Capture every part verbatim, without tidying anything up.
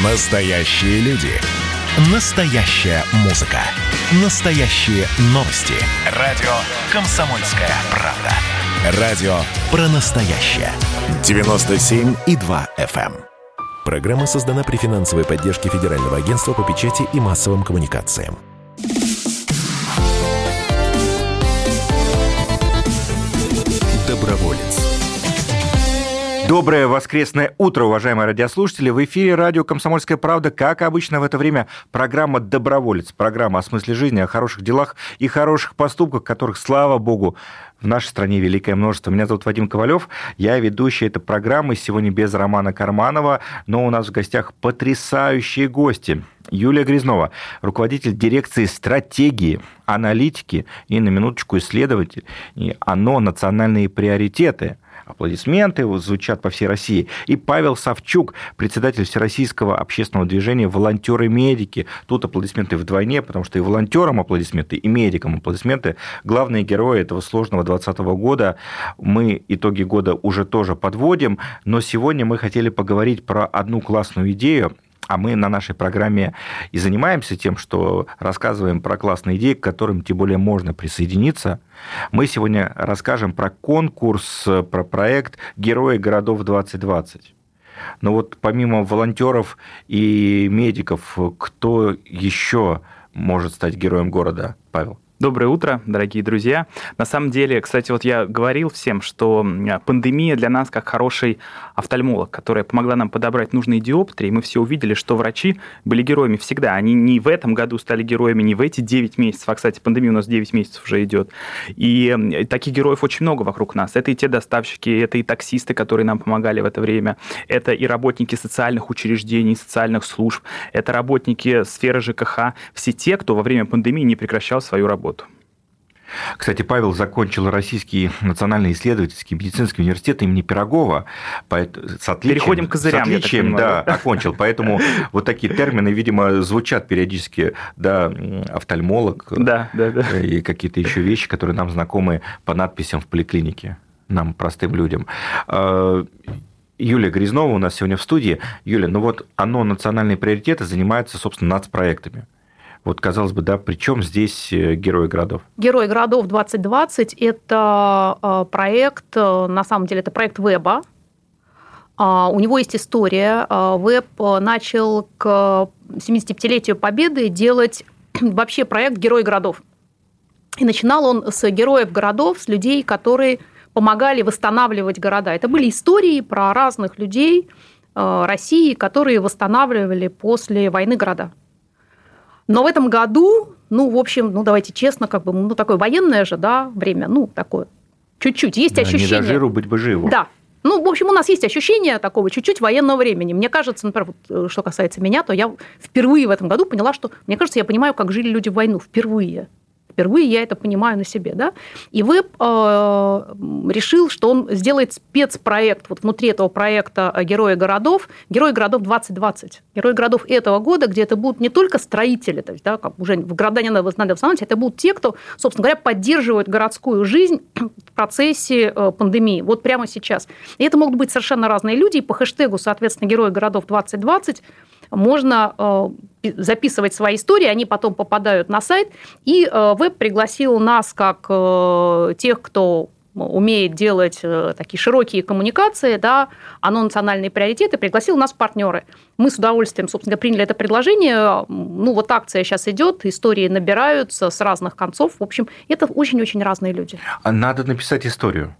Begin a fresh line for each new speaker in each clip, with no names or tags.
Настоящие люди. Настоящая музыка. Настоящие новости. Радио «Комсомольская правда». Радио про настоящее. девяносто семь и два эф эм. Программа создана при финансовой поддержке Федерального агентства по печати и массовым коммуникациям. Доброволец.
Доброе воскресное утро, уважаемые радиослушатели. В эфире радио «Комсомольская правда». Как обычно в это время программа «Доброволец». Программа о смысле жизни, о хороших делах и хороших поступках, которых, слава богу, в нашей стране великое множество. Меня зовут Вадим Ковалев, я ведущий этой программы. Сегодня без Романа Карманова, но у нас в гостях потрясающие гости. Юлия Грязнова, руководитель дирекции стратегии, аналитики и, на минуточку, исследователь. И ОНО «Национальные приоритеты». Аплодисменты звучат по всей России. И Павел Савчук, председатель Всероссийского общественного движения «Волонтеры-медики». Тут аплодисменты вдвойне, потому что и волонтерам аплодисменты, и медикам аплодисменты. Главные герои этого сложного двадцатого года. Мы итоги года уже тоже подводим, но сегодня мы хотели поговорить про одну классную идею. А мы на нашей программе и занимаемся тем, что рассказываем про классные идеи, к которым тем более можно присоединиться. Мы сегодня расскажем про конкурс, про проект «Герои городов двадцать двадцать». Но вот помимо волонтеров и медиков, кто еще может стать героем города, Павел?
Доброе утро, дорогие друзья. На самом деле, кстати, вот я говорил всем, что пандемия для нас как хороший офтальмолог, которая помогла нам подобрать нужные диоптрии, и мы все увидели, что врачи были героями всегда. Они не в этом году стали героями, не в эти девять месяцев, а, кстати, пандемия у нас девять месяцев уже идет. И таких героев очень много вокруг нас. Это и те доставщики, это и таксисты, которые нам помогали в это время, это и работники социальных учреждений, социальных служб, это работники сферы ЖКХ, все те, кто во время пандемии не прекращал свою работу.
Кстати, Павел закончил Российский национальный исследовательский медицинский университет имени Пирогова. С отличием,
Переходим к козырям,
с отличием,
я так понимаю.
Да, окончил. Поэтому вот такие термины, видимо, звучат периодически, да, офтальмолог,
да, да, да.
И какие-то еще вещи, которые нам знакомы по надписям в поликлинике, нам, простым людям. Юлия Грязнова у нас сегодня в студии. Юля, ну вот ОНО «Национальные приоритеты» занимается, собственно, нацпроектами. Вот, казалось бы, да, при чем здесь герои городов?
Герои городов двадцать двадцать – это проект, на самом деле, это проект веба. У него есть история. Веб начал к семидесятипятилетию Победы делать вообще проект «Герои городов». И начинал он с героев городов, с людей, которые помогали восстанавливать города. Это были истории про разных людей России, которые восстанавливали после войны города. Но в этом году, ну, в общем, ну, давайте честно, как бы, ну, такое военное же, да, время, ну, такое, чуть-чуть, есть да, ощущение.
Не до жиру, быть бы живу.
Да. Ну, в общем, у нас есть ощущение такого чуть-чуть военного времени. Мне кажется, например, вот, что касается меня, то я впервые в этом году поняла, что, мне кажется, я понимаю, как жили люди в войну, впервые. Впервые я это понимаю на себе, да. И Веб э, решил, что он сделает спецпроект вот внутри этого проекта «Герои городов», «Герои городов двадцать двадцать». Герои городов этого года, где это будут не только строители, то есть, да, как уже в города не надо восстанавливать, это будут те, кто, собственно говоря, поддерживают городскую жизнь в процессе пандемии, вот прямо сейчас. И это могут быть совершенно разные люди, и по хэштегу, соответственно, «Герои городов двадцать двадцать» можно записывать свои истории, они потом попадают на сайт, и Веб пригласил нас, как тех, кто умеет делать такие широкие коммуникации, да, ОНО «Национальные приоритеты», пригласил нас в партнеры. Мы с удовольствием, собственно, приняли это предложение. Ну, вот акция сейчас идет, истории набираются с разных концов. В общем, это очень-очень разные люди.
А надо написать историю.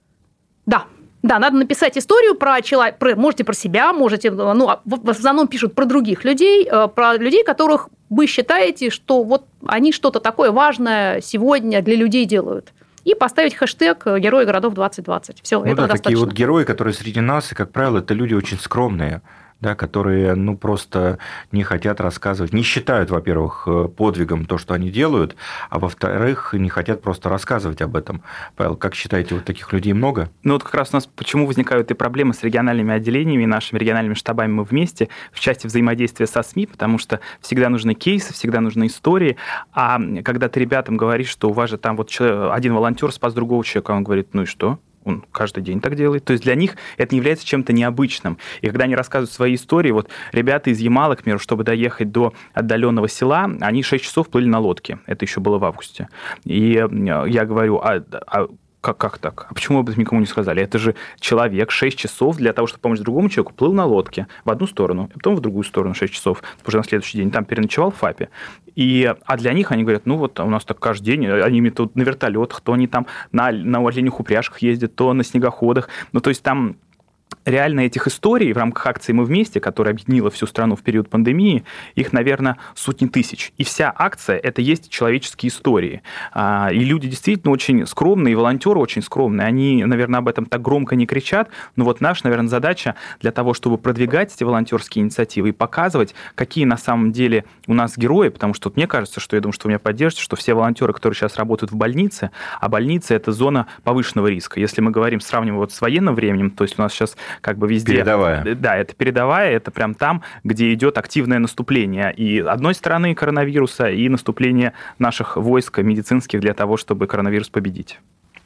Да. Да, надо написать историю про человека, про, можете про себя, можете, ну, в основном пишут про других людей, про людей, которых вы считаете, что вот они что-то такое важное сегодня для людей делают. И поставить хэштег «Герои городов двадцать двадцать». Все,
ну
это
да,
достаточно.
Такие вот герои, которые среди нас, и, как правило, это люди очень скромные, да, которые, ну, просто не хотят рассказывать, не считают, во-первых, подвигом то, что они делают, а во-вторых, не хотят просто рассказывать об этом. Павел, как считаете, вот таких людей много?
Ну, вот как раз у нас почему возникают и проблемы с региональными отделениями, нашими региональными штабами мы вместе в части взаимодействия со СМИ, потому что всегда нужны кейсы, всегда нужны истории, а когда ты ребятам говоришь, что у вас же там вот один волонтер спас другого человека, он говорит, ну и что? он каждый день так делает. То есть для них это не является чем-то необычным. И когда они рассказывают свои истории, вот ребята из Ямала, к примеру, чтобы доехать до отдаленного села, они шесть часов плыли на лодке. Это еще было в августе. И я говорю, а, а Как, как так? А почему об этом никому не сказали? Это же человек шесть часов для того, чтобы помочь другому человеку, плыл на лодке в одну сторону, потом в другую сторону шесть часов, уже на следующий день там переночевал в ФАПе. И, а для них они говорят, ну вот у нас так каждый день, они тут на вертолетах, то они там на, на оленях упряжках ездят, то на снегоходах. Ну, то есть там реально этих историй в рамках акции «Мы вместе», которая объединила всю страну в период пандемии, их, наверное, сотни тысяч. И вся акция – это есть человеческие истории. И люди действительно очень скромные, и волонтеры очень скромные. Они, наверное, об этом так громко не кричат, но вот наша, наверное, задача для того, чтобы продвигать эти волонтерские инициативы и показывать, какие на самом деле у нас герои, потому что вот мне кажется, что я думаю, что вы меня поддержите, что все волонтеры, которые сейчас работают в больнице, а больница – это зона повышенного риска. Если мы говорим, сравниваем вот с военным временем, то есть у нас сейчас как бы везде...
Передовая.
Да, это передовая, это прям там, где идет активное наступление и одной стороны коронавируса, и наступление наших войск медицинских для того, чтобы коронавирус победить.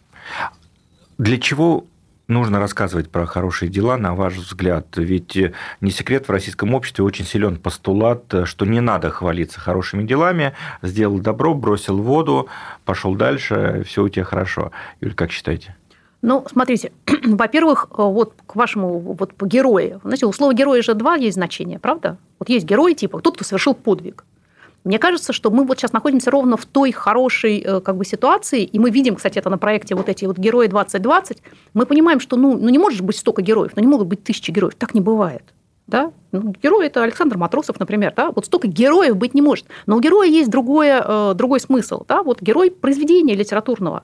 Для чего нужно рассказывать про хорошие дела, на ваш взгляд? Ведь не секрет, в российском обществе очень силен постулат, что не надо хвалиться хорошими делами, сделал добро, бросил в воду, пошел дальше, все у тебя хорошо. Юль, как считаете?
Ну, смотрите, во-первых, вот к вашему вот по герою. Знаете, у слова героя же два есть значения, правда? Вот есть герой, типа тот, кто совершил подвиг. Мне кажется, что мы вот сейчас находимся ровно в той хорошей как бы ситуации, и мы видим, кстати, это на проекте вот эти вот герои двадцать двадцать, мы понимаем, что ну, ну не может быть столько героев, ну не могут быть тысячи героев, так не бывает. Да? Ну, герой – это Александр Матросов, например. Да? Вот столько героев быть не может. Но у героя есть другое, другой смысл. Да? Вот герой произведения литературного.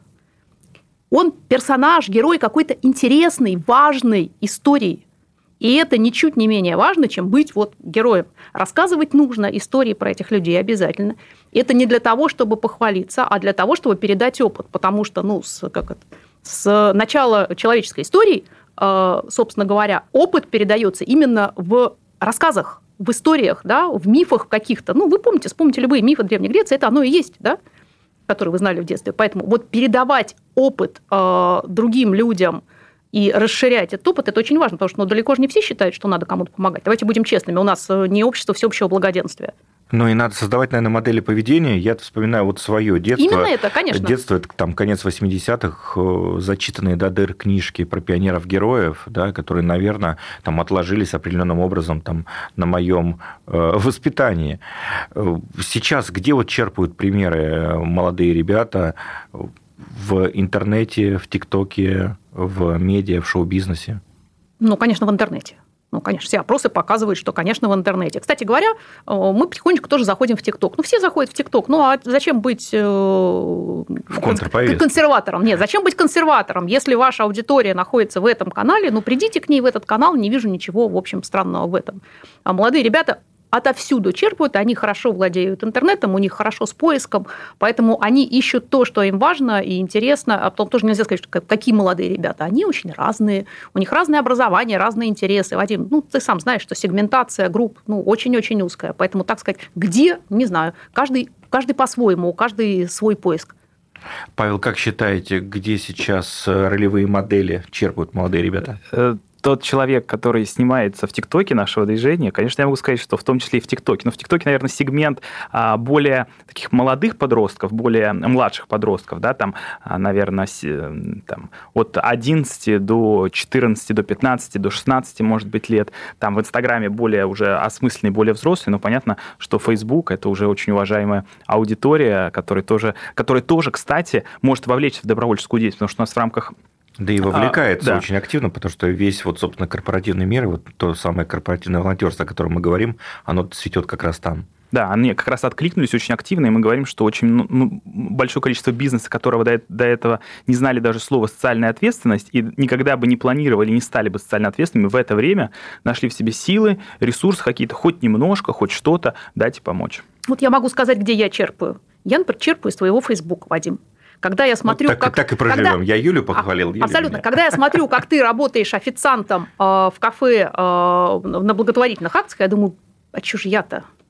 Он персонаж, герой какой-то интересной, важной истории. И это ничуть не менее важно, чем быть вот героем. Рассказывать нужно истории про этих людей обязательно. Это не для того, чтобы похвалиться, а для того, чтобы передать опыт. Потому что ну, с, как это, с начала человеческой истории, собственно говоря, опыт передается именно в рассказах, в историях, да, в мифах каких-то. Ну, вы помните, вспомните любые мифы Древней Греции, это оно и есть, да? Которые вы знали в детстве. Поэтому вот передавать опыт э, другим людям и расширять этот опыт, это очень важно, потому что ну, далеко же не все считают, что надо кому-то помогать. Давайте будем честными, у нас не общество всеобщего благоденствия.
Ну и надо создавать, наверное, модели поведения. Я вспоминаю вот свое детство.
Именно это, конечно.
Детство – это там конец восьмидесятых, зачитанные до дыр книжки про пионеров-героев, да, которые, наверное, там отложились определенным образом там, на моем э, воспитании. Сейчас где вот черпают примеры молодые ребята в интернете, в ТикТоке, в медиа, в шоу-бизнесе? Ну, конечно, в интернете. Ну, конечно, все опросы показывают, что, конечно, в интернете. Кстати говоря, мы потихонечку тоже заходим в ТикТок. Ну, все заходят в ТикТок. Ну, а зачем быть в консерватором? Нет, зачем быть консерватором? Если ваша аудитория находится в этом канале, ну, придите к ней в этот канал, не вижу ничего, в общем, странного в этом. А молодые ребята отовсюду черпают, они хорошо владеют интернетом, у них хорошо с поиском, поэтому они ищут то, что им важно и интересно, а потом тоже нельзя сказать, что какие молодые ребята, они очень разные, у них разное образование, разные интересы. Вадим, ну, ты сам знаешь, что сегментация групп, ну, очень-очень узкая, поэтому, так сказать, где, не знаю, каждый, каждый по-своему, у каждый свой поиск. Павел, как считаете, где сейчас ролевые модели черпают молодые ребята?
Тот человек, который снимается в ТикТоке нашего движения, конечно, я могу сказать, что в том числе и в ТикТоке, но в ТикТоке, наверное, сегмент более таких молодых подростков, более младших подростков, да, там, наверное, там, от одиннадцати до четырнадцати, до пятнадцати, до шестнадцати, может быть, лет. Там в Инстаграме более уже осмысленный, более взрослый, но понятно, что Facebook – это уже очень уважаемая аудитория, которая тоже, которая тоже, кстати, может вовлечься в добровольческую деятельность, потому что у нас в рамках...
Да и вовлекается
а, да.
очень активно, потому что весь, вот, собственно, корпоративный мир, вот то самое корпоративное волонтерство, о котором мы говорим, оно цветет как раз там.
Да, они как раз откликнулись очень активно, и мы говорим, что очень ну, большое количество бизнеса, которого до, до этого не знали даже слова «социальная ответственность», и никогда бы не планировали, не стали бы социально ответственными, в это время нашли в себе силы, ресурсы какие-то, хоть немножко, хоть что-то дать и помочь.
Вот я могу сказать, где я черпаю. Я, например, черпаю из твоего Фейсбука, Вадим. Когда я смотрю,
вот так,
как...
так и проживем. Когда... Я Юлю похвалил. Юлю
абсолютно.
меня.
Когда я смотрю, как ты работаешь официантом э, в кафе э, на благотворительных акциях, я думаю, а что ж я-то?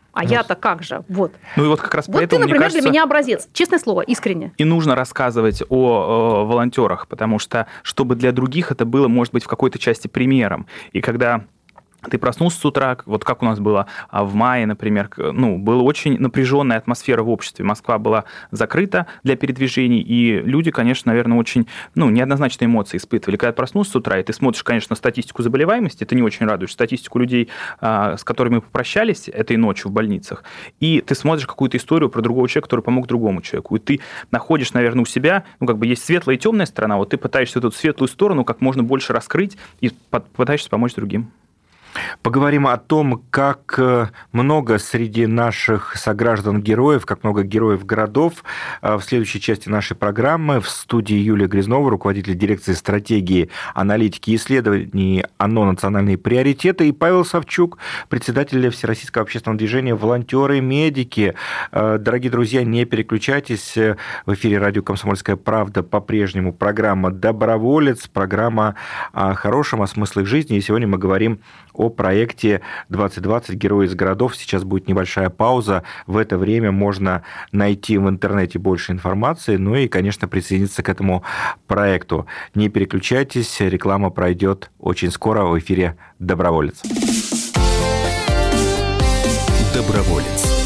А ну, я-то как же? Вот.
Ну и вот как раз
вот
поэтому,
ты, например,
мне кажется,
для меня образец. Честное слово, искренне.
И нужно рассказывать о, о волонтерах, потому что, чтобы для других это было, может быть, в какой-то части примером. И когда ты проснулся с утра, вот как у нас было в мае, например, ну, была очень напряженная атмосфера в обществе. Москва была закрыта для передвижений, и люди, конечно, наверное, очень, ну, неоднозначные эмоции испытывали. Когда ты проснулся с утра, и ты смотришь, конечно, на статистику заболеваемости, ты не очень радуешь статистику людей, с которыми мы попрощались этой ночью в больницах, и ты смотришь какую-то историю про другого человека, который помог другому человеку, и ты находишь, наверное, у себя, ну, как бы есть светлая и темная сторона, вот ты пытаешься эту светлую сторону как можно больше раскрыть и пытаешься помочь другим.
Поговорим о том, как много среди наших сограждан-героев, как много героев-городов в следующей части нашей программы. В студии Юлия Грязнова, руководитель дирекции стратегии, аналитики и исследований ОНО «Национальные приоритеты», и Павел Савчук, председатель Всероссийского общественного движения «Волонтеры, медики». Дорогие друзья, не переключайтесь. В эфире радио «Комсомольская правда» по-прежнему программа «Доброволец», программа о хорошем, о смысле жизни. И сегодня мы говорим о проекте двадцать двадцать «Герои из городов». Сейчас будет небольшая пауза. В это время можно найти в интернете больше информации, ну и, конечно, присоединиться к этому проекту. Не переключайтесь, реклама пройдет очень скоро. В эфире «Доброволец».
Доброволец.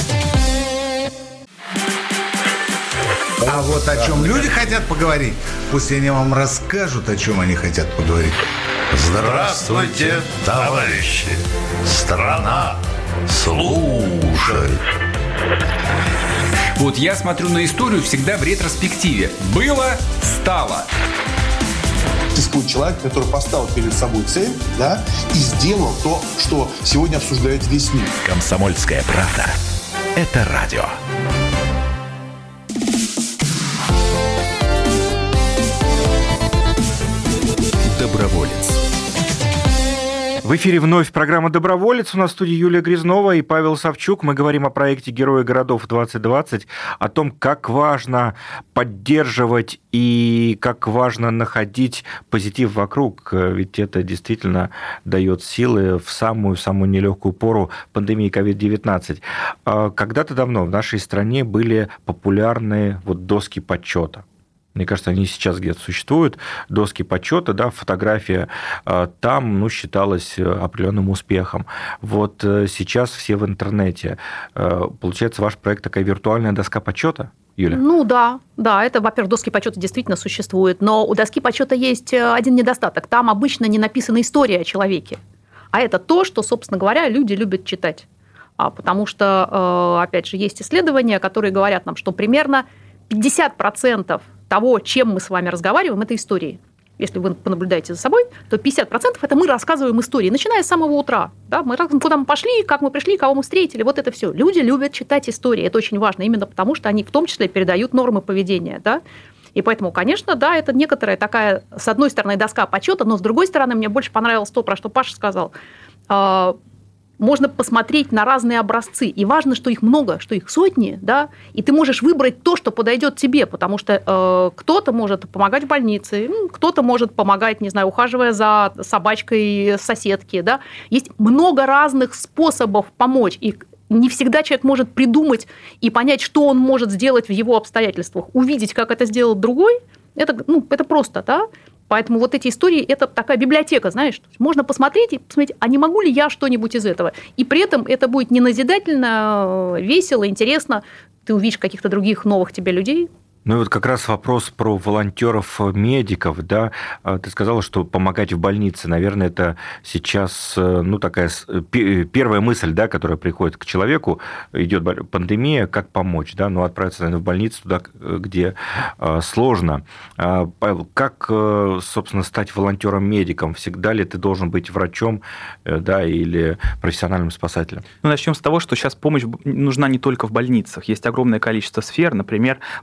А вот о чем люди хотят поговорить, пусть они вам расскажут, о чем они хотят поговорить.
Здравствуйте, товарищи! Страна слушает!
Вот я смотрю на историю всегда в ретроспективе. Было, стало.
Существует человек, который поставил перед собой цель, да, и сделал то, что сегодня обсуждает весь мир.
«Комсомольская правда» — это радио. Доброволец.
В эфире вновь программа «Доброволец». У нас в студии Юлия Грязнова и Павел Савчук. Мы говорим о проекте «Герои городов двадцать двадцать», о том, как важно поддерживать и как важно находить позитив вокруг. Ведь это действительно дает силы в самую-самую нелегкую пору пандемии ковид девятнадцать. Когда-то давно в нашей стране были популярны вот доски почета. Мне кажется, они сейчас где-то существуют, доски почета, да, фотография там, ну, считалась определенным успехом. Вот сейчас все в интернете. Получается, ваш проект такая виртуальная доска почета, Юля?
Ну да, да, это, во-первых, доски почета действительно существуют, но у доски почета есть один недостаток. Там обычно не написана история о человеке, а это то, что, собственно говоря, люди любят читать. Потому что, опять же, есть исследования, которые говорят нам, что примерно пятьдесят процентов того, чем мы с вами разговариваем, это истории. Если вы понаблюдаете за собой, то пятьдесят процентов это мы рассказываем истории, начиная с самого утра. Да? Мы куда мы пошли, как мы пришли, кого мы встретили, вот это все. Люди любят читать истории, это очень важно, именно потому что они в том числе передают нормы поведения. Да? И поэтому, конечно, да, это некоторая такая, с одной стороны, доска почета, но с другой стороны, мне больше понравилось то, про что Паша сказал. Можно посмотреть на разные образцы, и важно, что их много, что их сотни, да, и ты можешь выбрать то, что подойдет тебе, потому что э, кто-то может помогать в больнице, кто-то может помогать, не знаю, ухаживая за собачкой соседки, да. Есть много разных способов помочь, и не всегда человек может придумать и понять, что он может сделать в его обстоятельствах. Увидеть, как это сделал другой, это, ну, это просто, да. Поэтому вот эти истории – это такая библиотека, знаешь. Можно посмотреть и посмотреть, а не могу ли я что-нибудь из этого. И при этом это будет не назидательно, весело, интересно. Ты увидишь каких-то других новых тебе людей.
Ну и вот как раз вопрос про волонтеров-медиков, да, ты сказала, что помогать в больнице, наверное, это сейчас, ну, такая первая мысль, да, которая приходит к человеку, идет пандемия, как помочь, да, ну, отправиться, наверное, в больницу туда, где сложно. Павел, как, собственно, стать волонтером-медиком? Всегда ли ты должен быть врачом, да, или профессиональным спасателем?
Ну, начнем с того, что сейчас помощь нужна не только в больницах, есть огромное количество сфер, например, автомобиль.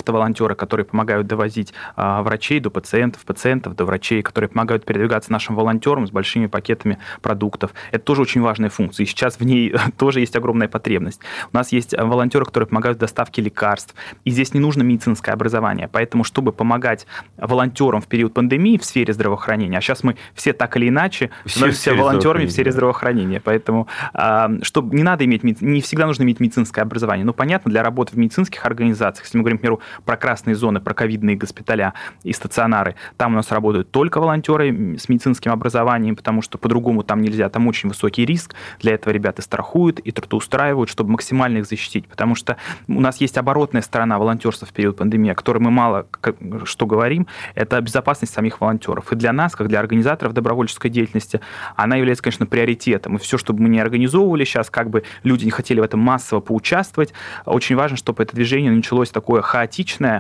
автоволонтеры, которые помогают довозить а, врачей до пациентов, пациентов до врачей, которые помогают передвигаться нашим волонтерам с большими пакетами продуктов. Это тоже очень важная функция, и сейчас в ней тоже есть огромная потребность. У нас есть волонтеры, которые помогают в доставке лекарств, и здесь не нужно медицинское образование, поэтому, чтобы помогать волонтерам в период пандемии в сфере здравоохранения, а сейчас мы все так или иначе все, все волонтерами в сфере здравоохранения, поэтому а, чтобы не надо иметь, не всегда нужно иметь медицинское образование. Ну, понятно, для работы в медицинских организациях, если мы говорим, например, про красные зоны, про ковидные госпиталя и стационары, там у нас работают только волонтеры с медицинским образованием, потому что по-другому там нельзя, там очень высокий риск. Для этого ребята страхуют и трудоустраивают, чтобы максимально их защитить, потому что у нас есть оборотная сторона волонтерства в период пандемии, о которой мы мало что говорим, это безопасность самих волонтеров. И для нас, как для организаторов добровольческой деятельности, она является, конечно, приоритетом. И все, что бы мы не организовывали сейчас, как бы люди не хотели в этом массово поучаствовать, очень важно, чтобы это движение началось такое хаотичное,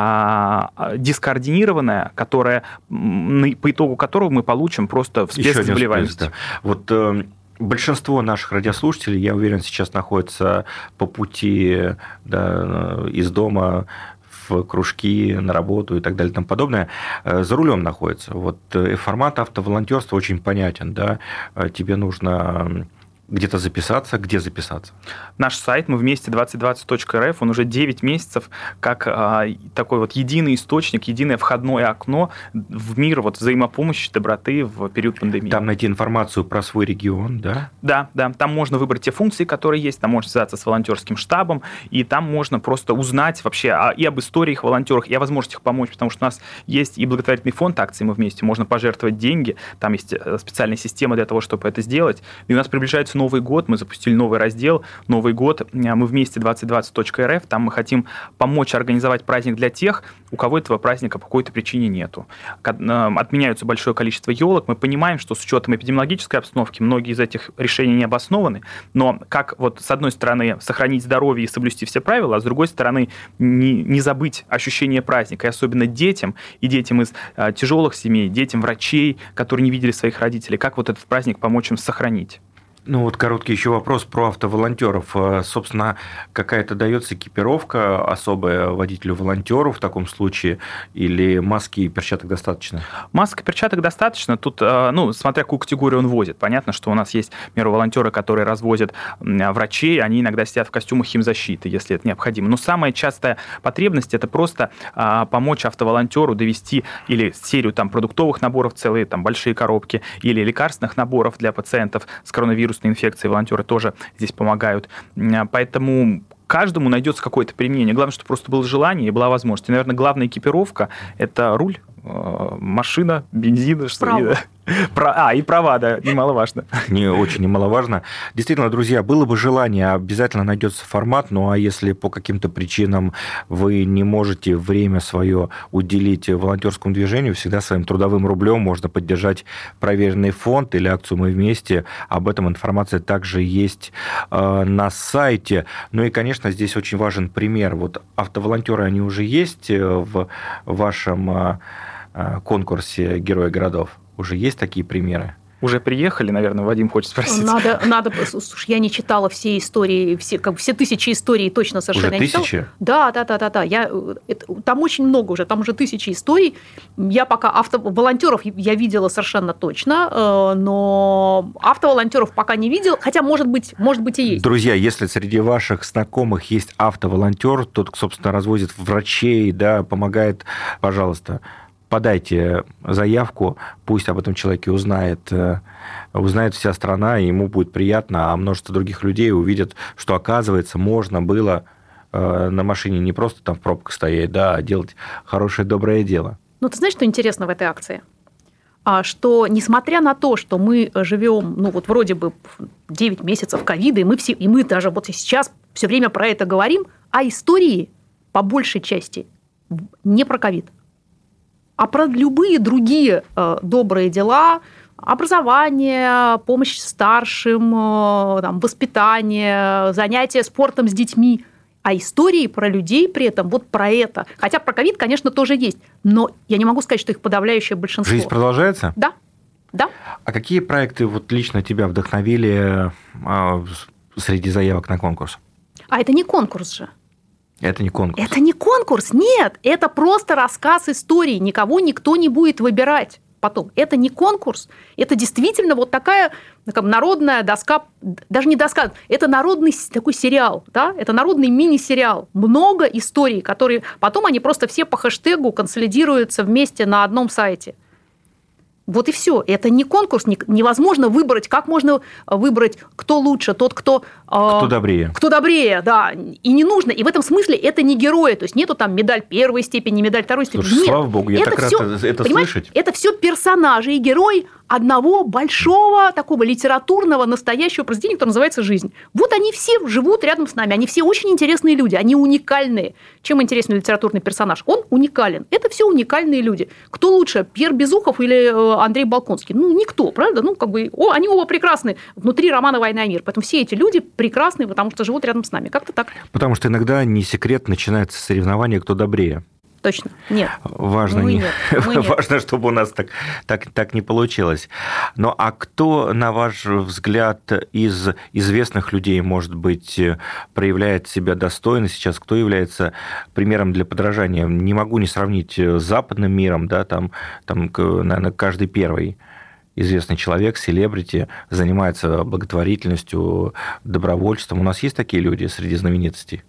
дискоординированное, которое, по итогу которого мы получим просто всплеск заболеваемости.
Да. Вот э, большинство наших радиослушателей, я уверен, сейчас находятся по пути, да, из дома в кружки, на работу и так далее и тому подобное, за рулем находятся. Вот формат автоволонтерства очень понятен, да, тебе нужно где-то записаться, где записаться?
Наш сайт мы вместе двадцать двадцать точка эр эф, он уже девять месяцев как а, такой вот единый источник, единое входное окно в мир вот взаимопомощи, доброты в период пандемии.
Там найти информацию про свой регион, да?
Да, да, там можно выбрать те функции, которые есть, там можно связаться с волонтерским штабом, и там можно просто узнать вообще о, и об историях волонтеров, и о возможностях помочь, потому что у нас есть и благотворительный фонд акций «Мы вместе», можно пожертвовать деньги, там есть специальная система для того, чтобы это сделать, и у нас приближается Новый год, мы запустили новый раздел «Новый год», мы вместе двадцать двадцать точка эр эф, там мы хотим помочь организовать праздник для тех, у кого этого праздника по какой-то причине нету. Отменяются большое количество елок, мы понимаем, что с учетом эпидемиологической обстановки многие из этих решений не обоснованы, но как вот с одной стороны сохранить здоровье и соблюсти все правила, а с другой стороны не, не забыть ощущение праздника, и особенно детям, и детям из а, тяжелых семей, детям врачей, которые не видели своих родителей, как вот этот праздник помочь им сохранить.
Ну вот короткий еще вопрос про автоволонтеров. Собственно, какая-то дается экипировка особая водителю-волонтеру в таком случае, или маски и перчаток достаточно?
Масок и перчаток достаточно. Тут, ну, смотря какую категорию он возит. Понятно, что у нас есть, например, волонтеры, которые развозят врачей, они иногда сидят в костюмах химзащиты, если это необходимо. Но самая частая потребность – это просто помочь автоволонтеру довести или серию там продуктовых наборов, целые там большие коробки, или лекарственных наборов для пациентов с коронавирусом, инфекции, волонтеры тоже здесь помогают. Поэтому каждому найдется какое-то применение. Главное, чтобы просто было желание и была возможность. И, наверное, главная экипировка – это руль, машина, бензин.
Права.
А, и права, да, немаловажно.
Не очень немаловажно. Действительно, друзья, было бы желание, обязательно найдется формат, ну а если по каким-то причинам вы не можете время свое уделить волонтерскому движению, всегда своим трудовым рублем можно поддержать проверенный фонд или акцию «Мы вместе». Об этом информация также есть на сайте. Ну и, конечно, здесь очень важен пример. Вот автоволонтеры, они уже есть в вашем конкурсе «Герои городов»? Уже есть такие примеры?
Уже приехали, наверное, Вадим хочет спросить.
Надо, надо, слушай, я не читала все истории, все, как все тысячи историй точно совершенно
уже
не читала.
Тысячи?
Да, да, да, да, да. Я, это, там очень много уже, там уже тысячи историй. Я пока авто, волонтеров я видела совершенно точно, но автоволонтеров пока не видела, хотя, может быть, может быть и есть.
Друзья, если среди ваших знакомых есть автоволонтер, тот, собственно, развозит врачей, да, помогает, пожалуйста, подайте заявку, пусть об этом человеке узнает, узнает вся страна, и ему будет приятно, а множество других людей увидят, что, оказывается, можно было на машине не просто там в пробках стоять, да, а делать хорошее, доброе дело.
Ну, ты знаешь, что интересно в этой акции? Что, несмотря на то, что мы живем, ну, вот вроде бы девять месяцев ковида, и мы, все, и мы даже вот сейчас все время про это говорим, а истории, по большей части, не про ковид, а про любые другие э, добрые дела, образование, помощь старшим, э, там, воспитание, занятия спортом с детьми. А истории про людей при этом вот про это. Хотя про ковид, конечно, тоже есть, но я не могу сказать, что их подавляющее большинство.
Жизнь продолжается?
Да, да.
А какие проекты вот лично тебя вдохновили э, среди заявок на конкурс?
А это не конкурс же.
Это не конкурс.
Это не конкурс, нет. Это просто рассказ истории. Никого никто не будет выбирать потом. Это не конкурс. Это действительно вот такая как, народная доска, даже не доска, это народный такой сериал, да? Это народный мини-сериал. Много историй, которые потом они просто все по хэштегу консолидируются вместе на одном сайте. Вот и все. Это не конкурс. Невозможно выбрать. Как можно выбрать, кто лучше, тот, кто...
Кто добрее.
Кто добрее, да. И не нужно. И в этом смысле это не герои. То есть нету там медаль первой степени, медаль второй степени.
Слушай,
нет.
Слава богу, я
это
так
всё,
рад это
понимаете,
слышать.
Это все персонажи и герои одного большого такого литературного настоящего произведения, которое называется «Жизнь». Вот они все живут рядом с нами. Они все очень интересные люди. Они уникальные. Чем интересный литературный персонаж? Он уникален. Это все уникальные люди. Кто лучше, Пьер Безухов или Андрей Болконский? Ну, никто, правда? Ну, как бы, о, они оба прекрасны внутри романа «Война и мир». Поэтому все эти люди прекрасны, потому что живут рядом с нами. Как-то так.
Потому что иногда не секрет, начинается соревнование, кто добрее.
Точно. Нет.
Важно,
Мы
не...
нет. Мы нет.
Важно, чтобы у нас так, так, так не получилось. Ну, а кто, на ваш взгляд, из известных людей, может быть, проявляет себя достойно сейчас? Кто является примером для подражания? Не могу не сравнить с западным миром, да, там, там наверное, каждый первый известный человек, селебрити, занимается благотворительностью, добровольством. У нас есть такие люди среди знаменитостей?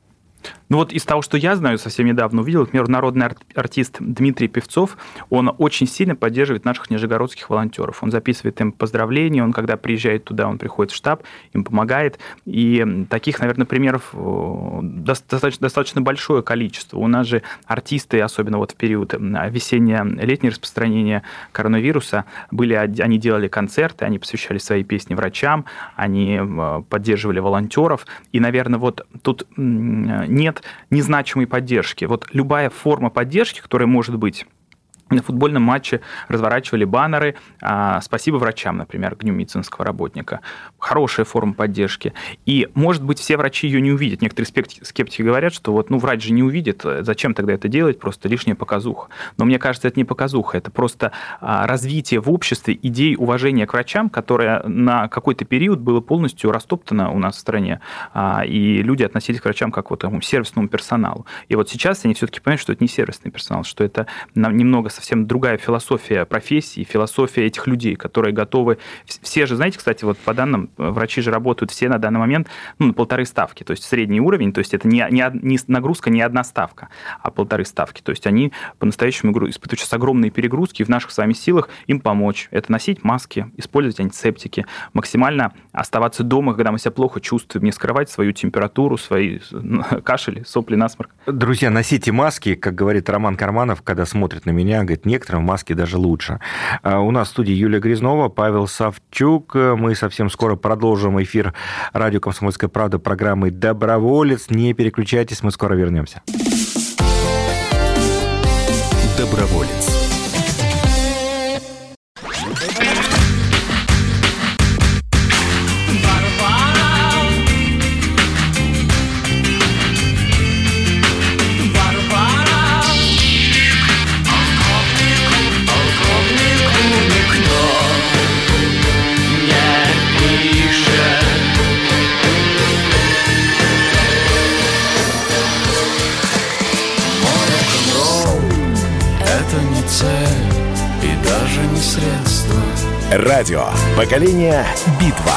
Ну вот из того, что я знаю, совсем недавно увидел, например, народный артист Дмитрий Певцов, он очень сильно поддерживает наших нижегородских волонтеров. Он записывает им поздравления, он, когда приезжает туда, он приходит в штаб, им помогает. И таких, наверное, примеров достаточно, достаточно большое количество. У нас же артисты, особенно вот в период весенне-летнего распространения коронавируса, были, они делали концерты, они посвящали свои песни врачам, они поддерживали волонтеров. И, наверное, вот тут нет незначимой поддержки. Вот любая форма поддержки, которая может быть... На футбольном матче разворачивали баннеры «Спасибо врачам», например, к Дню медицинского работника. Хорошая форма поддержки. И, может быть, все врачи ее не увидят. Некоторые скептики говорят, что вот, ну, врач же не увидит, зачем тогда это делать, просто лишняя показуха. Но мне кажется, это не показуха, это просто развитие в обществе идей уважения к врачам, которое на какой-то период было полностью растоптано у нас в стране. И люди относились к врачам как вот к такому сервисному персоналу. И вот сейчас они все-таки понимают, что это не сервисный персонал, что это немного совсем другая философия профессии, философия этих людей, которые готовы... Все же, знаете, кстати, вот по данным, врачи же работают все на данный момент ну, на полторы ставки, то есть средний уровень, то есть это не, не, не нагрузка, не одна ставка, а полторы ставки. То есть они по-настоящему испытывают сейчас огромные перегрузки, и в наших с вами силах им помочь. Это носить маски, использовать антисептики, максимально оставаться дома, когда мы себя плохо чувствуем, не скрывать свою температуру, свои кашель, сопли, насморк.
Друзья, носите маски, как говорит Роман Карманов, когда смотрит на меня, говорит, некоторым маски даже лучше. У нас в студии Юлия Грязнова, Павел Савчук. Мы совсем скоро продолжим эфир радио «Комсомольская правда» программы «Доброволец». Не переключайтесь, мы скоро вернемся.
Доброволец. Радио. Поколение. Битва.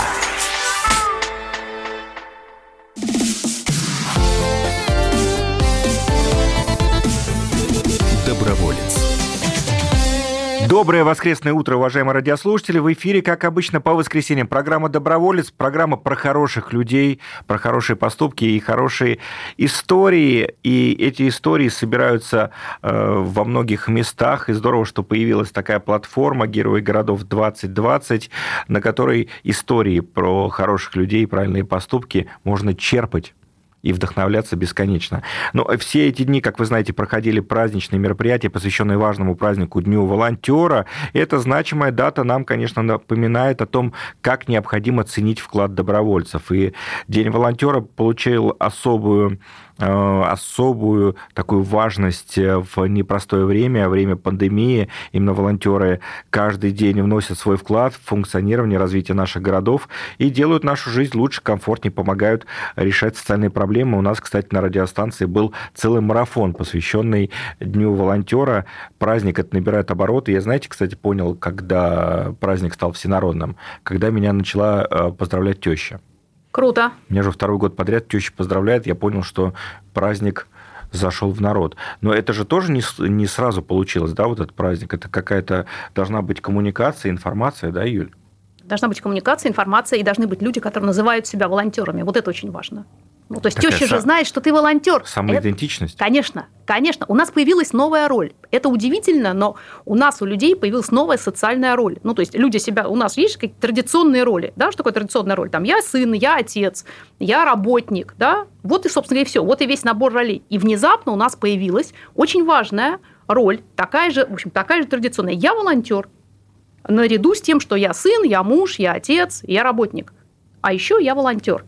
Доброволец.
Доброе воскресное утро, уважаемые радиослушатели. В эфире, как обычно, по воскресеньям программа «Доброволец», программа про хороших людей, про хорошие поступки и хорошие истории. И эти истории собираются э, во многих местах. И здорово, что появилась такая платформа «Герои городов двадцать двадцать», на которой истории про хороших людей и правильные поступки можно черпать и вдохновляться бесконечно. Но все эти дни, как вы знаете, проходили праздничные мероприятия, посвященные важному празднику Дню волонтера. Эта значимая дата нам, конечно, напоминает о том, как необходимо ценить вклад добровольцев. И День волонтера получил особую особую такую важность в непростое время, время пандемии. Именно волонтеры каждый день вносят свой вклад в функционирование, развитие наших городов и делают нашу жизнь лучше, комфортнее, помогают решать социальные проблемы проблемы. У нас, кстати, на радиостанции был целый марафон, посвященный Дню волонтера. Праздник это набирает обороты. Я, знаете, кстати, понял, когда праздник стал всенародным, когда меня начала поздравлять теща.
Круто.
Меня же второй год подряд теща поздравляет. Я понял, что праздник зашел в народ. Но это же тоже не, не сразу получилось, да, вот этот праздник. Это какая-то должна быть коммуникация, информация, да, Юль?
Должна быть коммуникация, информация, и должны быть люди, которые называют себя волонтерами. Вот это очень важно. Ну, то есть
Такая
теща
са...
же знает, что ты волонтер.
Самоидентичность?
Это... Конечно, конечно. У нас появилась новая роль. Это удивительно, но у нас, у людей, появилась новая социальная роль. Ну, то есть люди себя... У нас есть какие-то традиционные роли. Да? Что такое традиционная роль? Там я сын, я отец, я работник. Да? Вот и, собственно, и все. Вот и весь набор ролей. И внезапно у нас появилась очень важная роль, такая же, в общем, такая же традиционная. Я волонтер. Наряду с тем, что я сын, я муж, я отец, я работник. А еще я волонтер.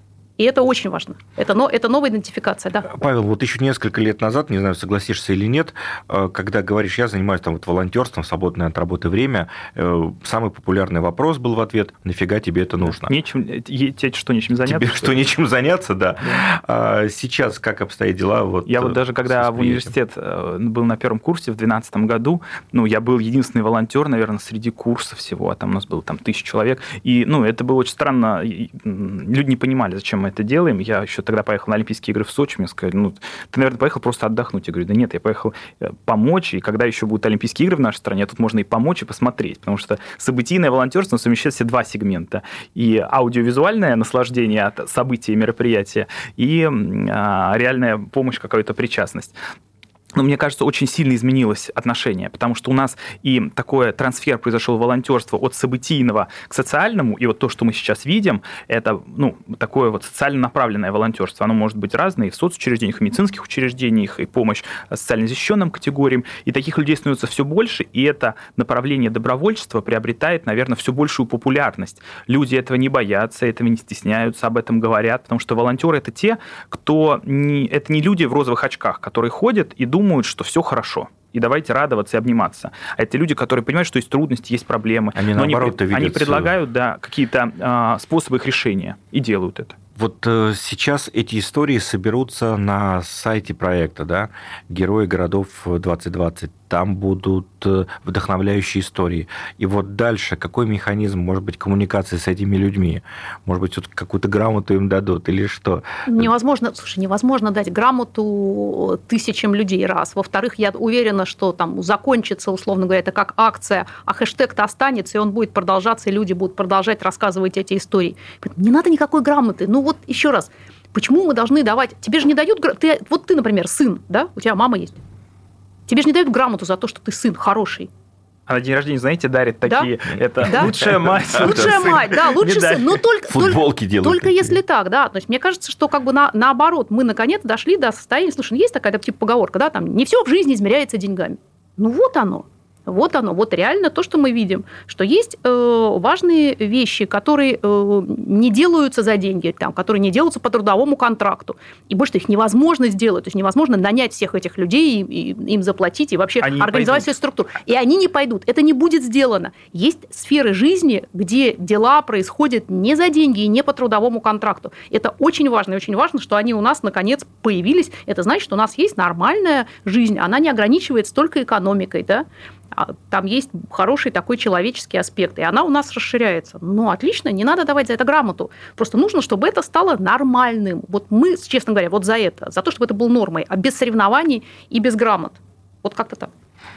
И это очень важно. Это, но, это новая идентификация, да.
Павел, вот еще несколько лет назад, не знаю, согласишься или нет, когда говоришь, я занимаюсь там вот волонтерством, свободное от работы время, самый популярный вопрос был в ответ: нафига тебе это нужно?
Нечем, тебе что, нечем заняться?
Тебе что, нечем заняться, да. да. А сейчас как обстоят дела? Вот,
я вот даже когда в университет был на первом курсе в две тысячи двенадцатом году, ну, я был единственный волонтер, наверное, среди курса всего, а там у нас было там тысяча человек, и, ну, это было очень странно, люди не понимали, зачем мы это делаем. Я еще тогда поехал на Олимпийские игры в Сочи, мне сказали, ну, ты, наверное, поехал просто отдохнуть. Я говорю, да нет, я поехал помочь, и когда еще будут Олимпийские игры в нашей стране, тут можно и помочь, и посмотреть, потому что событийное волонтерство совмещает все два сегмента. И аудиовизуальное наслаждение от событий и мероприятия, и а, реальная помощь, какая-то причастность. Но мне кажется, очень сильно изменилось отношение, потому что у нас и такой трансфер произошел волонтерства от событийного к социальному, и вот то, что мы сейчас видим, это, ну, такое вот социально направленное волонтерство. Оно может быть разное и в соцучреждениях, и в медицинских учреждениях, и помощь социально защищенным категориям, и таких людей становится все больше, и это направление добровольчества приобретает, наверное, все большую популярность. Люди этого не боятся, этого не стесняются, об этом говорят, потому что волонтеры — это те, кто... Не, это не люди в розовых очках, которые ходят и думают, думают, что все хорошо, и давайте радоваться и обниматься. А это люди, которые понимают, что есть трудности, есть проблемы.
Они,
но
наоборот,
они,
видят...
они предлагают, да, какие-то а, способы их решения и делают это.
Вот э, сейчас эти истории соберутся на сайте проекта, да, «Герои городов двадцать двадцать». Там будут вдохновляющие истории. И вот дальше какой механизм, может быть, коммуникации с этими людьми? Может быть, вот какую-то грамоту им дадут или что?
Невозможно, слушай, невозможно дать грамоту тысячам людей, раз. Во-вторых, я уверена, что там закончится, условно говоря, это как акция, а хэштег-то останется, и он будет продолжаться, и люди будут продолжать рассказывать эти истории. Не надо никакой грамоты. Ну вот еще раз, почему мы должны давать... Тебе же не дают... Ты, вот ты, например, сын, да? У тебя мама есть. Тебе же не дают грамоту за то, что ты сын хороший.
А на день рождения, знаете, дарят такие...
Да?
Это
да?
лучшая мать.
Лучшая мать, да, лучший сын. Но только,
футболки
только,
делают.
Только если так, да. То есть мне кажется, что как бы на, наоборот, мы наконец дошли до состояния... Слушай, есть такая типа поговорка, да, там, не все в жизни измеряется деньгами. Ну вот оно. Вот оно, вот реально то, что мы видим, что есть э, важные вещи, которые э, не делаются за деньги, там, которые не делаются по трудовому контракту. И больше их невозможно сделать. То есть невозможно нанять всех этих людей, и, и им заплатить, и вообще они организовать всю структуру. И они не пойдут. Это не будет сделано. Есть сферы жизни, где дела происходят не за деньги и не по трудовому контракту. Это очень важно. И очень важно, что они у нас наконец появились. Это значит, что у нас есть нормальная жизнь. Она не ограничивается только экономикой, да? Там есть хороший такой человеческий аспект, и она у нас расширяется. Ну, отлично, не надо давать за это грамоту. Просто нужно, чтобы это стало нормальным. Вот мы, честно говоря, вот за это, за то, чтобы это было нормой, а без соревнований и без грамот. Вот как-то так.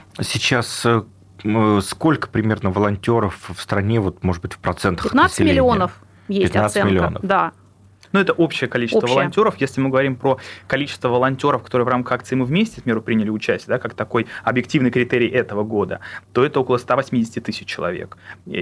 Сейчас сколько примерно волонтеров в стране, вот, может быть, в процентах
пятнадцать
населения?
Миллионов есть
пятнадцать
оценка.
Миллионов.
Да.
Ну, это общее количество
общее.
волонтеров. Если мы говорим про количество волонтеров, которые в рамках акции «Мы вместе», к примеру, приняли участие, да, как такой объективный критерий этого года, то это около ста восьмидесяти тысяч человек.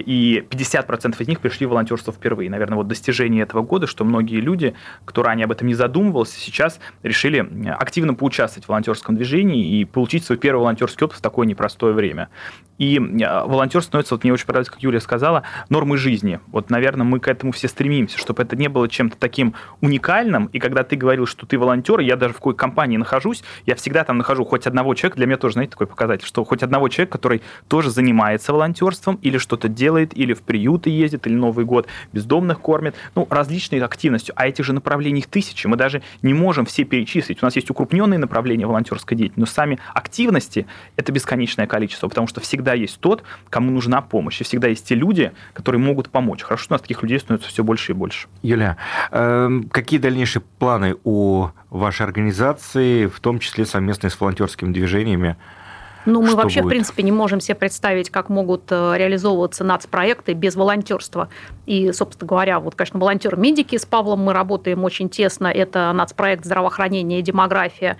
И пятьдесят процентов из них пришли в волонтерство впервые. Наверное, вот достижение этого года, что многие люди, кто ранее об этом не задумывался, сейчас решили активно поучаствовать в волонтерском движении и получить свой первый волонтерский опыт в такое непростое время. И волонтерство становится, вот мне очень понравилось, как Юлия сказала, нормой жизни. Вот, наверное, мы к этому все стремимся, чтобы это не было чем-то таким уникальным. И когда ты говорил, что ты волонтер, я даже в какой компании нахожусь, я всегда там нахожу хоть одного человека, для меня тоже, знаете, такой показатель, что хоть одного человека, который тоже занимается волонтерством, или что-то делает, или в приюты ездит, или Новый год бездомных кормит, ну, различные активности. А этих же направлений их тысячи. Мы даже не можем все перечислить. У нас есть укрупненные направления волонтерской деятельности, но сами активности – это бесконечное количество, потому что всегда есть тот, кому нужна помощь, и всегда есть те люди, которые могут помочь. Хорошо, что у нас таких людей становится все больше и больше.
Юлия, э, какие дальнейшие планы у вашей организации, в том числе совместные с волонтерскими движениями?
Ну, мы
Что
вообще,
будет?
в принципе, не можем себе представить, как могут реализовываться нацпроекты без волонтерства. И, собственно говоря, вот, конечно, волонтеры-медики с Павлом мы работаем очень тесно. Это нацпроект здравоохранения и демография.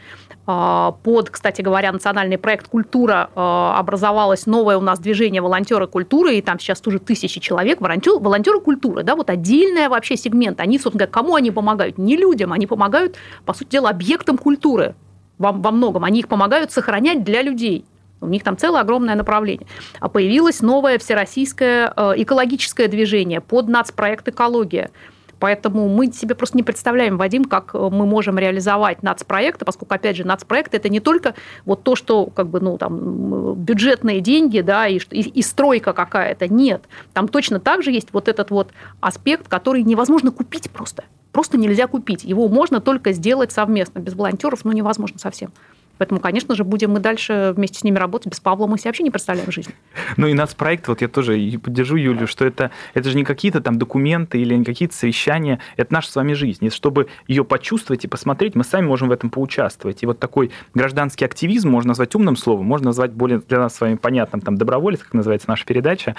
Под, кстати говоря, национальный проект «Культура» образовалось новое у нас движение «Волонтеры культуры», и там сейчас уже тысячи человек. Волонтеры культуры, да, вот отдельный вообще сегмент. Они, собственно говоря, кому они помогают? Не людям, они помогают, по сути дела, объектам культуры во, во многом. Они их помогают сохранять для людей. У них там целое огромное направление. А появилось новое всероссийское экологическое движение под нацпроект «Экология». Поэтому мы себе просто не представляем, Вадим, как мы можем реализовать нацпроекты, поскольку, опять же, нацпроект – это не только вот то, что как бы, ну, там, бюджетные деньги, да, и, и, и стройка какая-то. Нет. Там точно так же есть вот этот вот аспект, который невозможно купить просто. Просто нельзя купить. Его можно только сделать совместно. Без волонтеров, ну, невозможно совсем. Поэтому, конечно же, будем мы дальше вместе с ними работать. Без Павла мы себе вообще не представляем жизнь.
Ну и нацпроект, вот я тоже поддержу Юлю, что это, это же не какие-то там документы или не какие-то совещания, это наша с вами жизнь. И чтобы ее почувствовать и посмотреть, мы сами можем в этом поучаствовать. И вот такой гражданский активизм можно назвать умным словом, можно назвать более для нас с вами понятным, там, доброволец, как называется наша передача.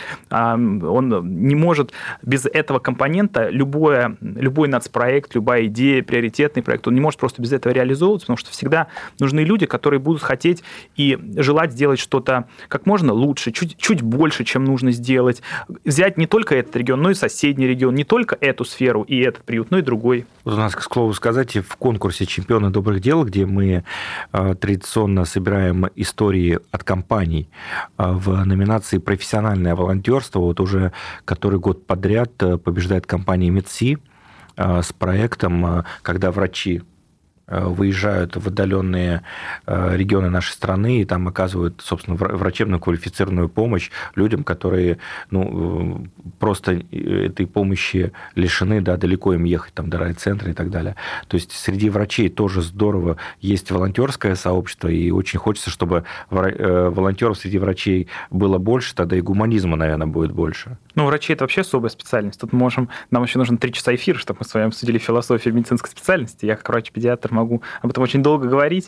Он не может без этого компонента любое, любой нацпроект, любая идея, приоритетный проект, он не может просто без этого реализовываться, потому что всегда нужны люди, которые будут хотеть и желать сделать что-то как можно лучше, чуть, чуть больше, чем нужно сделать. Взять не только этот регион, но и соседний регион, не только эту сферу и этот приют, но и другой.
Вот у нас, к слову сказать, в конкурсе «Чемпионы добрых дел», где мы традиционно собираем истории от компаний в номинации «Профессиональное волонтерство», вот уже который год подряд побеждает компания МедСи с проектом, когда врачи выезжают в отдаленные регионы нашей страны и там оказывают, собственно, врачебную квалифицированную помощь людям, которые, ну, просто этой помощи лишены, да, далеко им ехать, там, до райцентра и так далее. То есть среди врачей тоже здорово есть волонтерское сообщество, и очень хочется, чтобы волонтеров среди врачей было больше, тогда и гуманизма, наверное, будет больше.
Ну, врачи – это вообще особая специальность. Тут можем, нам еще нужно три часа эфира, чтобы мы с вами обсудили философию медицинской специальности. Я, как врач-педиатр, могу об этом очень долго говорить.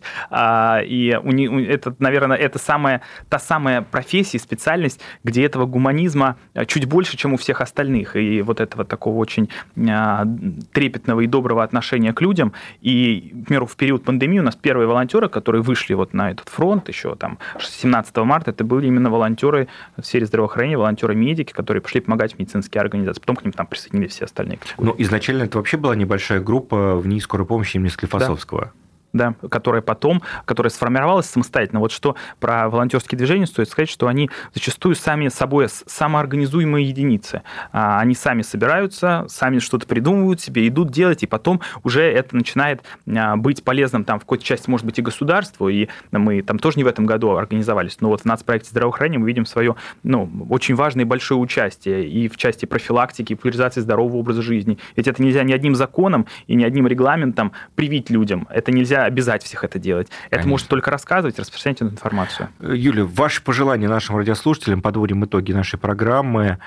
И это, наверное, это самая, та самая профессия, специальность, где этого гуманизма чуть больше, чем у всех остальных. И вот этого такого очень трепетного и доброго отношения к людям. И, к примеру, в период пандемии у нас первые волонтеры, которые вышли вот на этот фронт еще там семнадцатого марта, это были именно волонтеры в сфере здравоохранения, волонтеры-медики, которые пошли помогать в медицинские организации. Потом к ним там присоединились все остальные категории.
Ну, изначально это вообще была небольшая группа в НИИ скорой помощи имени Склифосовского.
Да. Да, которая потом, которая сформировалась самостоятельно. Вот что про волонтерские движения стоит сказать, что они зачастую сами собой самоорганизуемые единицы. Они сами собираются, сами что-то придумывают себе, идут делать, и потом уже это начинает быть полезным там в какой-то части, может быть, и государству, и мы там тоже не в этом году организовались, но вот в нацпроекте здравоохранения мы видим свое, ну, очень важное и большое участие и в части профилактики, и популяризации здорового образа жизни. Ведь это нельзя ни одним законом и ни одним регламентом привить людям. Это нельзя обязать всех это делать. Это Конечно. Можно только рассказывать, распространять эту информацию.
Юля, ваши пожелания нашим радиослушателям, подводим итоги нашей программы.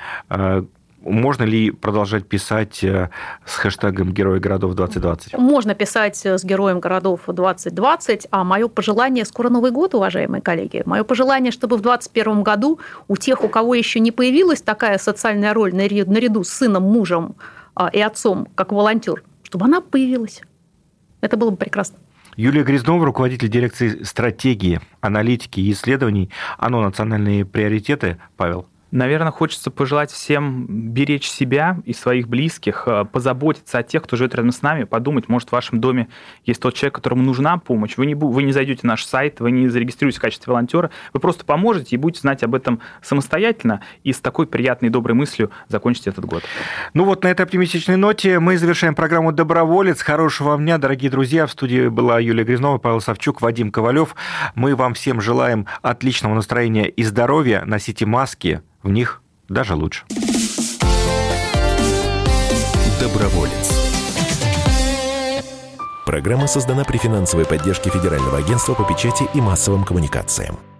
Можно ли продолжать писать с хэштегом «Герои городов двадцать двадцать»?
Можно писать с «Героем городов двадцать двадцать», а мое пожелание, скоро Новый год, уважаемые коллеги, мое пожелание, чтобы в двадцать первом году у тех, у кого еще не появилась такая социальная роль наряду с сыном, мужем и отцом, как волонтер, чтобы она появилась. Это было бы прекрасно.
Юлия Грязнова, руководитель дирекции стратегии, аналитики и исследований ОНО «Национальные приоритеты». Павел.
Наверное, хочется пожелать всем беречь себя и своих близких, позаботиться о тех, кто живет рядом с нами, подумать, может, в вашем доме есть тот человек, которому нужна помощь. Вы не, вы не зайдете на наш сайт, вы не зарегистрируетесь в качестве волонтера, вы просто поможете и будете знать об этом самостоятельно, и с такой приятной и доброй мыслью закончите этот год.
Ну вот на этой оптимистичной ноте мы завершаем программу «Доброволец». Хорошего вам дня, дорогие друзья. В студии была Юлия Грязнова, Павел Савчук, Вадим Ковалев. Мы вам всем желаем отличного настроения и здоровья. Носите маски. В них даже лучше.
Доброволец. Программа создана при финансовой поддержке Федерального агентства по печати и массовым коммуникациям.